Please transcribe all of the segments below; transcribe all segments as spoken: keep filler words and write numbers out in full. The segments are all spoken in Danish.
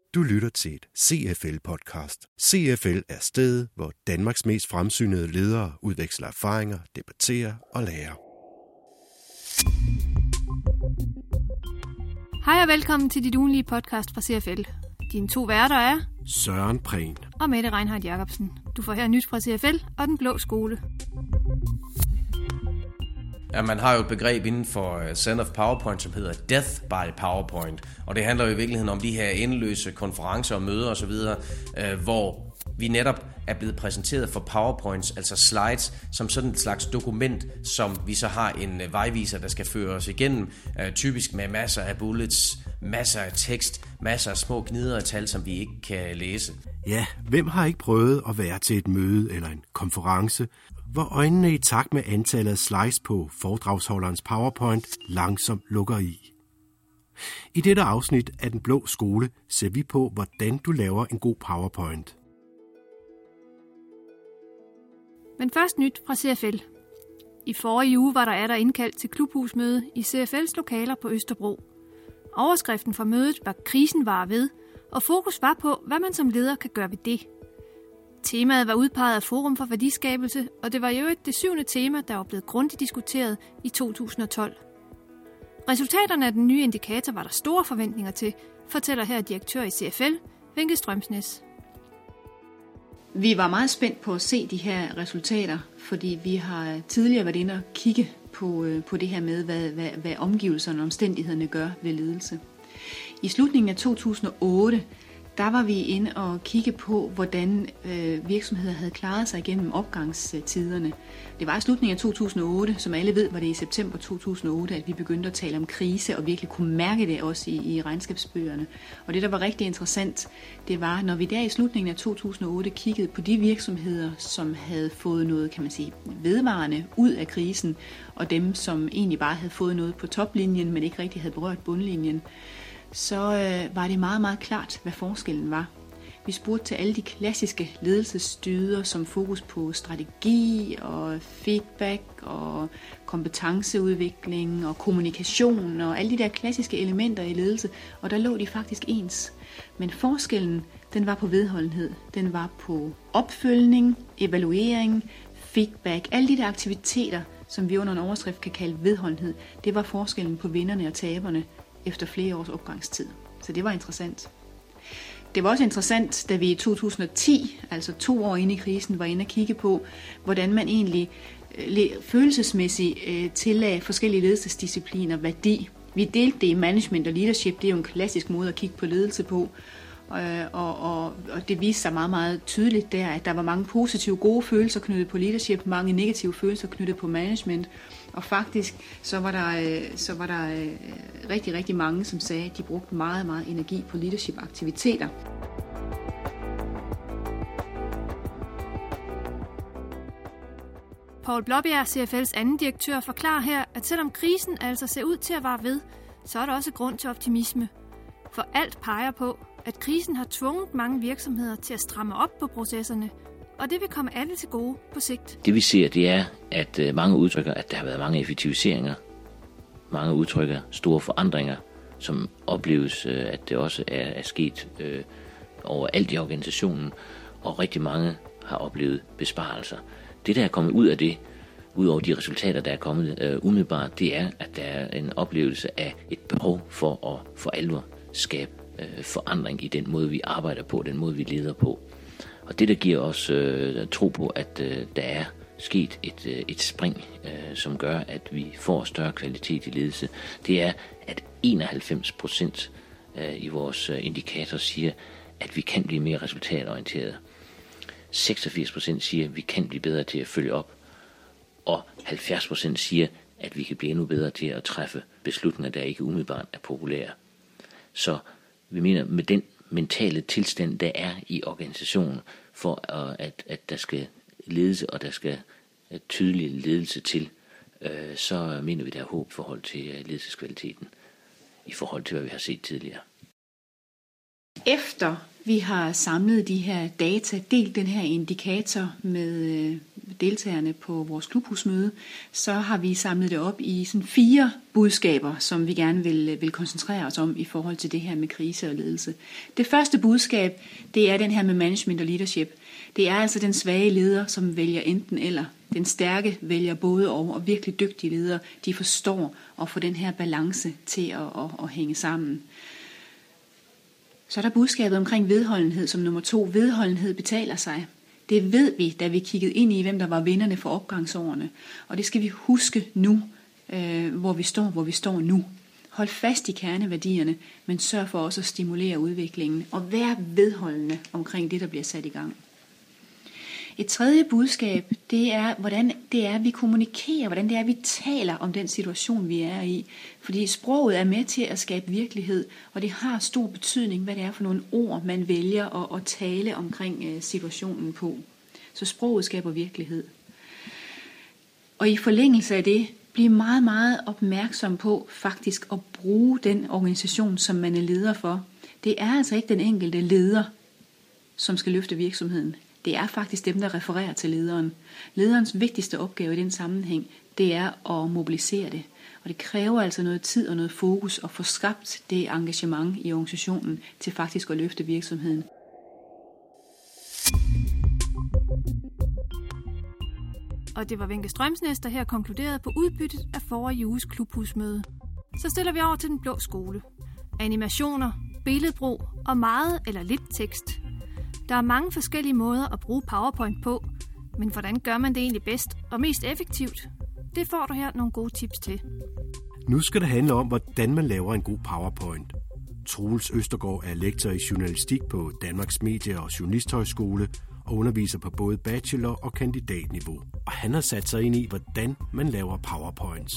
Du lytter til et C F L-podcast. C F L er stedet, hvor Danmarks mest fremsynede ledere udveksler erfaringer, debatterer og lærer. Hej og velkommen til dit ugenlige podcast fra C F L. Dine to værter er Søren Prehn og Mette Reinhardt Jacobsen. Du får her nyt fra C F L og Den Blå Skole. Ja, man har jo et begreb inden for Center of PowerPoint, som hedder Death by PowerPoint. Og det handler jo i virkeligheden om de her endeløse konferencer og møder osv., øh, hvor vi netop er blevet præsenteret for PowerPoints, altså slides, som sådan et slags dokument, som vi så har en vejviser, der skal føre os igennem, øh, typisk med masser af bullets, masser af tekst, masser af små gnider og tal, som vi ikke kan læse. Ja, hvem har ikke prøvet at være til et møde eller en konference, hvor øjnene i takt med antallet af slides på foredragsholderens PowerPoint langsomt lukker i? I dette afsnit af Den Blå Skole ser vi på, hvordan du laver en god PowerPoint. Men først nyt fra C F L. I forrige uge var der atter indkaldt til klubhusmøde i C F L's lokaler på Østerbro. Overskriften for mødet var "Krisen varer ved", og fokus var på, hvad man som leder kan gøre ved det. Temaet var udpeget af Forum for Værdiskabelse, og det var jo det syvende tema, der var blevet grundigt diskuteret i to tusind og tolv. Resultaterne af den nye indikator var der store forventninger til, fortæller her direktør i C F L, Wenche Strømsnes. Vi var meget spændt på at se de her resultater, fordi vi har tidligere været inde og kigge på, på det her med, hvad, hvad, hvad omgivelserne og omstændighederne gør ved ledelse. I slutningen af to tusind og otte, der var vi inde og kigge på, hvordan øh, virksomheder havde klaret sig igennem opgangstiderne. Det var i slutningen af to tusind og otte, som alle ved, var det i september to tusind og otte, at vi begyndte at tale om krise og virkelig kunne mærke det også i, i regnskabsbøgerne. Og det, der var rigtig interessant, det var, når vi der i slutningen af to tusind og otte kiggede på de virksomheder, som havde fået noget, kan man sige, vedvarende ud af krisen, og dem, som egentlig bare havde fået noget på toplinjen, men ikke rigtig havde berørt bundlinjen, så øh, var det meget, meget klart, hvad forskellen var. Vi spurgte til alle de klassiske ledelsesdyder, som fokus på strategi og feedback og kompetenceudvikling og kommunikation og alle de der klassiske elementer i ledelse, og der lå de faktisk ens. Men forskellen, den var på vedholdenhed. Den var på opfølgning, evaluering, feedback, alle de der aktiviteter, som vi under en overskrift kan kalde vedholdenhed, det var forskellen på vinderne og taberne efter flere års opgangstid. Så det var interessant. Det var også interessant, da vi i to tusind og ti, altså to år inde i krisen, var inde og kigge på, hvordan man egentlig følelsesmæssigt tillagde forskellige ledelsesdiscipliner værdi. Vi delte det i management og leadership, det er jo en klassisk måde at kigge på ledelse på. Og, og, og det viste sig meget, meget tydeligt der, at der var mange positive, gode følelser knyttet på leadership, mange negative følelser knyttet på management. Og faktisk så var der, så var der rigtig, rigtig mange, som sagde, at de brugte meget, meget energi på leadership-aktiviteter. Poul Blåbjerg, C F L's anden direktør, forklarer her, at selvom krisen altså ser ud til at vare ved, så er der også grund til optimisme. For alt peger på, at krisen har tvunget mange virksomheder til at stramme op på processerne, og det vil komme alle til gode på sigt. Det vi ser, det er, at mange udtrykker, at der har været mange effektiviseringer. Mange udtrykker store forandringer, som opleves, at det også er, er sket øh, overalt i organisationen, og rigtig mange har oplevet besparelser. Det, der er kommet ud af det, ud over de resultater, der er kommet øh, umiddelbart, det er, at der er en oplevelse af et behov for at for alvor skabe øh, forandring i den måde, vi arbejder på, den måde, vi leder på. Og det, der giver os øh, tro på, at øh, der er sket et, øh, et spring, øh, som gør, at vi får større kvalitet i ledelse, det er, at enoghalvfems procent øh, i vores øh, indikator siger, at vi kan blive mere resultatorienterede. seksogfirs procent siger, at vi kan blive bedre til at følge op. Og halvfjerds procent siger, at vi kan blive endnu bedre til at træffe beslutninger, der ikke umiddelbart er populære. Så vi mener, med den mentale tilstand, der er i organisationen, for at, at der skal ledelse, og der skal tydelig ledelse til, øh, så mener vi, der er håb i forhold til ledelseskvaliteten, i forhold til, hvad vi har set tidligere. Efter vi har samlet de her data, delt den her indikator med deltagerne på vores klubhusmøde, så har vi samlet det op i sådan fire budskaber, som vi gerne vil, vil koncentrere os om i forhold til det her med krise og ledelse. Det første budskab, det er den her med management og leadership. Det er altså den svage leder, som vælger enten eller. Den stærke vælger både og, og virkelig dygtige ledere, de forstår at få den her balance til at, at, at hænge sammen. Så er der budskabet omkring vedholdenhed som nummer to. Vedholdenhed betaler sig. Det ved vi, da vi kiggede ind i, hvem der var vinderne for opgangsårene. Og det skal vi huske nu, øh, hvor vi står, hvor vi står nu. Hold fast i kerneværdierne, men sørg for også at stimulere udviklingen. Og vær vedholdende omkring det, der bliver sat i gang. Et tredje budskab, det er, hvordan det er, vi kommunikerer, hvordan det er, vi taler om den situation, vi er i. Fordi sproget er med til at skabe virkelighed, og det har stor betydning, hvad det er for nogle ord, man vælger at, at tale omkring situationen på. Så sproget skaber virkelighed. Og i forlængelse af det, bliv meget, meget opmærksom på faktisk at bruge den organisation, som man er leder for. Det er altså ikke den enkelte leder, som skal løfte virksomheden. Det er faktisk dem, der refererer til lederen. Lederens vigtigste opgave i den sammenhæng, det er at mobilisere det. Og det kræver altså noget tid og noget fokus at få skabt det engagement i organisationen til faktisk at løfte virksomheden. Og det var Wenche Strømsnæs, der her konkluderede på udbyttet af forrige uges klubhusmøde. Så stiller vi over til den blå skole. Animationer, billedbrug og meget eller lidt tekst. Der er mange forskellige måder at bruge PowerPoint på, men hvordan gør man det egentlig bedst og mest effektivt? Det får du her nogle gode tips til. Nu skal det handle om, hvordan man laver en god PowerPoint. Troels Østergaard er lektor i journalistik på Danmarks Medie- og Journalisthøjskole og underviser på både bachelor- og kandidatniveau. Og han har sat sig ind i, hvordan man laver PowerPoints.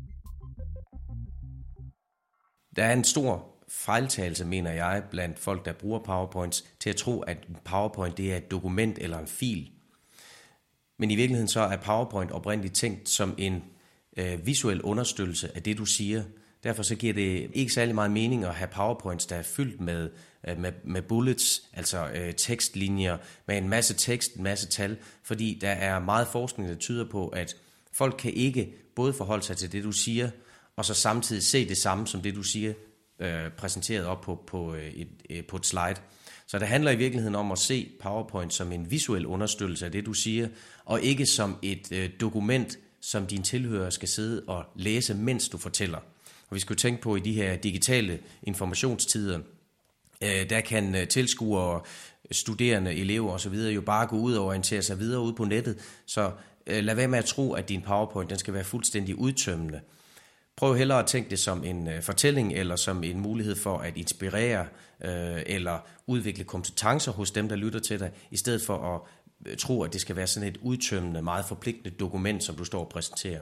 Der er en stor fejltagelse, mener jeg, blandt folk, der bruger PowerPoints, til at tro, at PowerPoint det er et dokument eller en fil. Men i virkeligheden så er PowerPoint oprindeligt tænkt som en øh, visuel understøttelse af det, du siger. Derfor så giver det ikke særlig meget mening at have PowerPoints, der er fyldt med, øh, med, med bullets, altså øh, tekstlinjer, med en masse tekst, en masse tal, fordi der er meget forskning, der tyder på, at folk kan ikke både forholde sig til det, du siger, og så samtidig se det samme som det, du siger, Øh, præsenteret op på, på, et, øh, på et slide. Så det handler i virkeligheden om at se PowerPoint som en visuel understøttelse af det, du siger, og ikke som et øh, dokument, som dine tilhørere skal sidde og læse, mens du fortæller. Og vi skal jo tænke på, i de her digitale informationstider, øh, der kan øh, tilskuere, studerende, elever osv. jo bare gå ud og orientere sig videre ud på nettet. Så øh, lad være med at tro, at din PowerPoint den skal være fuldstændig udtømmende. Prøv hellere at tænke det som en øh, fortælling, eller som en mulighed for at inspirere øh, eller udvikle kompetencer hos dem, der lytter til dig, i stedet for at øh, tro, at det skal være sådan et udtømmende, meget forpligtende dokument, som du står og præsenterer.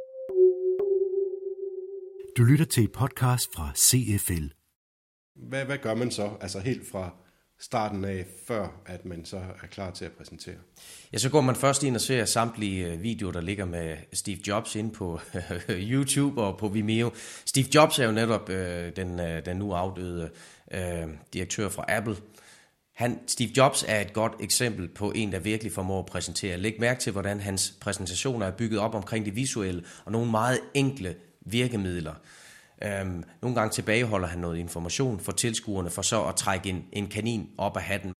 Du lytter til et podcast fra C F L. Hvad, hvad gør man så, altså helt fra starten af, før at man så er klar til at præsentere? Ja, så går man først ind og ser samtlige videoer, der ligger med Steve Jobs inde på YouTube og på Vimeo. Steve Jobs er jo netop øh, den, øh, den nu afdøde øh, direktør fra Apple. Han, Steve Jobs er et godt eksempel på en, der virkelig formår at præsentere. Læg mærke til, hvordan hans præsentationer er bygget op omkring det visuelle og nogle meget enkle virkemidler. Øhm, nogle gange tilbageholder han noget information for tilskuerne, for så at trække en, en kanin op af hatten.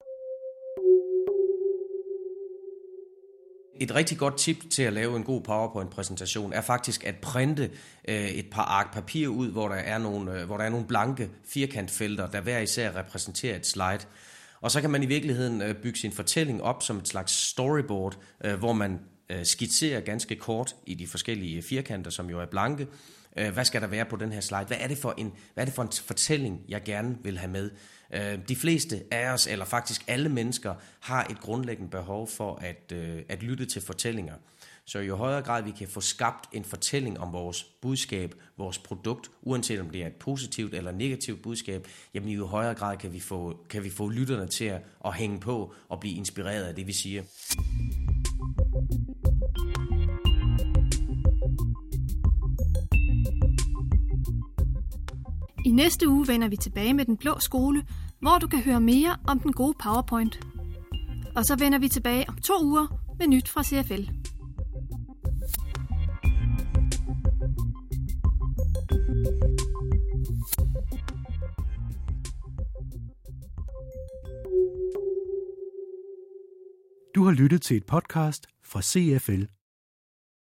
Et rigtig godt tip til at lave en god PowerPoint-præsentation er faktisk at printe øh, et par ark papir ud, hvor der er nogle, øh, hvor der er nogle blanke firkantfelter, der hver især repræsenterer et slide. Og så kan man i virkeligheden øh, bygge sin fortælling op som et slags storyboard, øh, hvor man øh, skitserer ganske kort i de forskellige firkanter, som jo er blanke. Hvad skal der være på den her slide? Hvad er det for en, hvad er det for en fortælling, jeg gerne vil have med? De fleste af os, eller faktisk alle mennesker, har et grundlæggende behov for at, at lytte til fortællinger. Så i jo højere grad vi kan få skabt en fortælling om vores budskab, vores produkt, uanset om det er et positivt eller negativt budskab, jamen i jo højere grad kan vi få, kan vi få lytterne til at, at hænge på og blive inspireret af det, vi siger. I næste uge vender vi tilbage med den blå skole, hvor du kan høre mere om den gode PowerPoint. Og så vender vi tilbage om to uger med nyt fra C F L. Du har lyttet til et podcast fra C F L